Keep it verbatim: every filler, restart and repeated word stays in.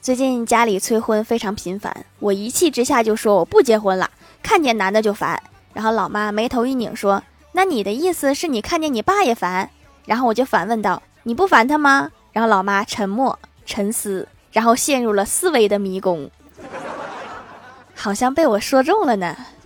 最近家里催婚非常频繁，我一气之下就说我不结婚了，看见男的就烦。然后老妈眉头一拧说，那你的意思是你看见你爸也烦？然后我就反问道，你不烦他吗？然后老妈沉默沉思，然后陷入了思维的迷宫，好像被我说中了呢。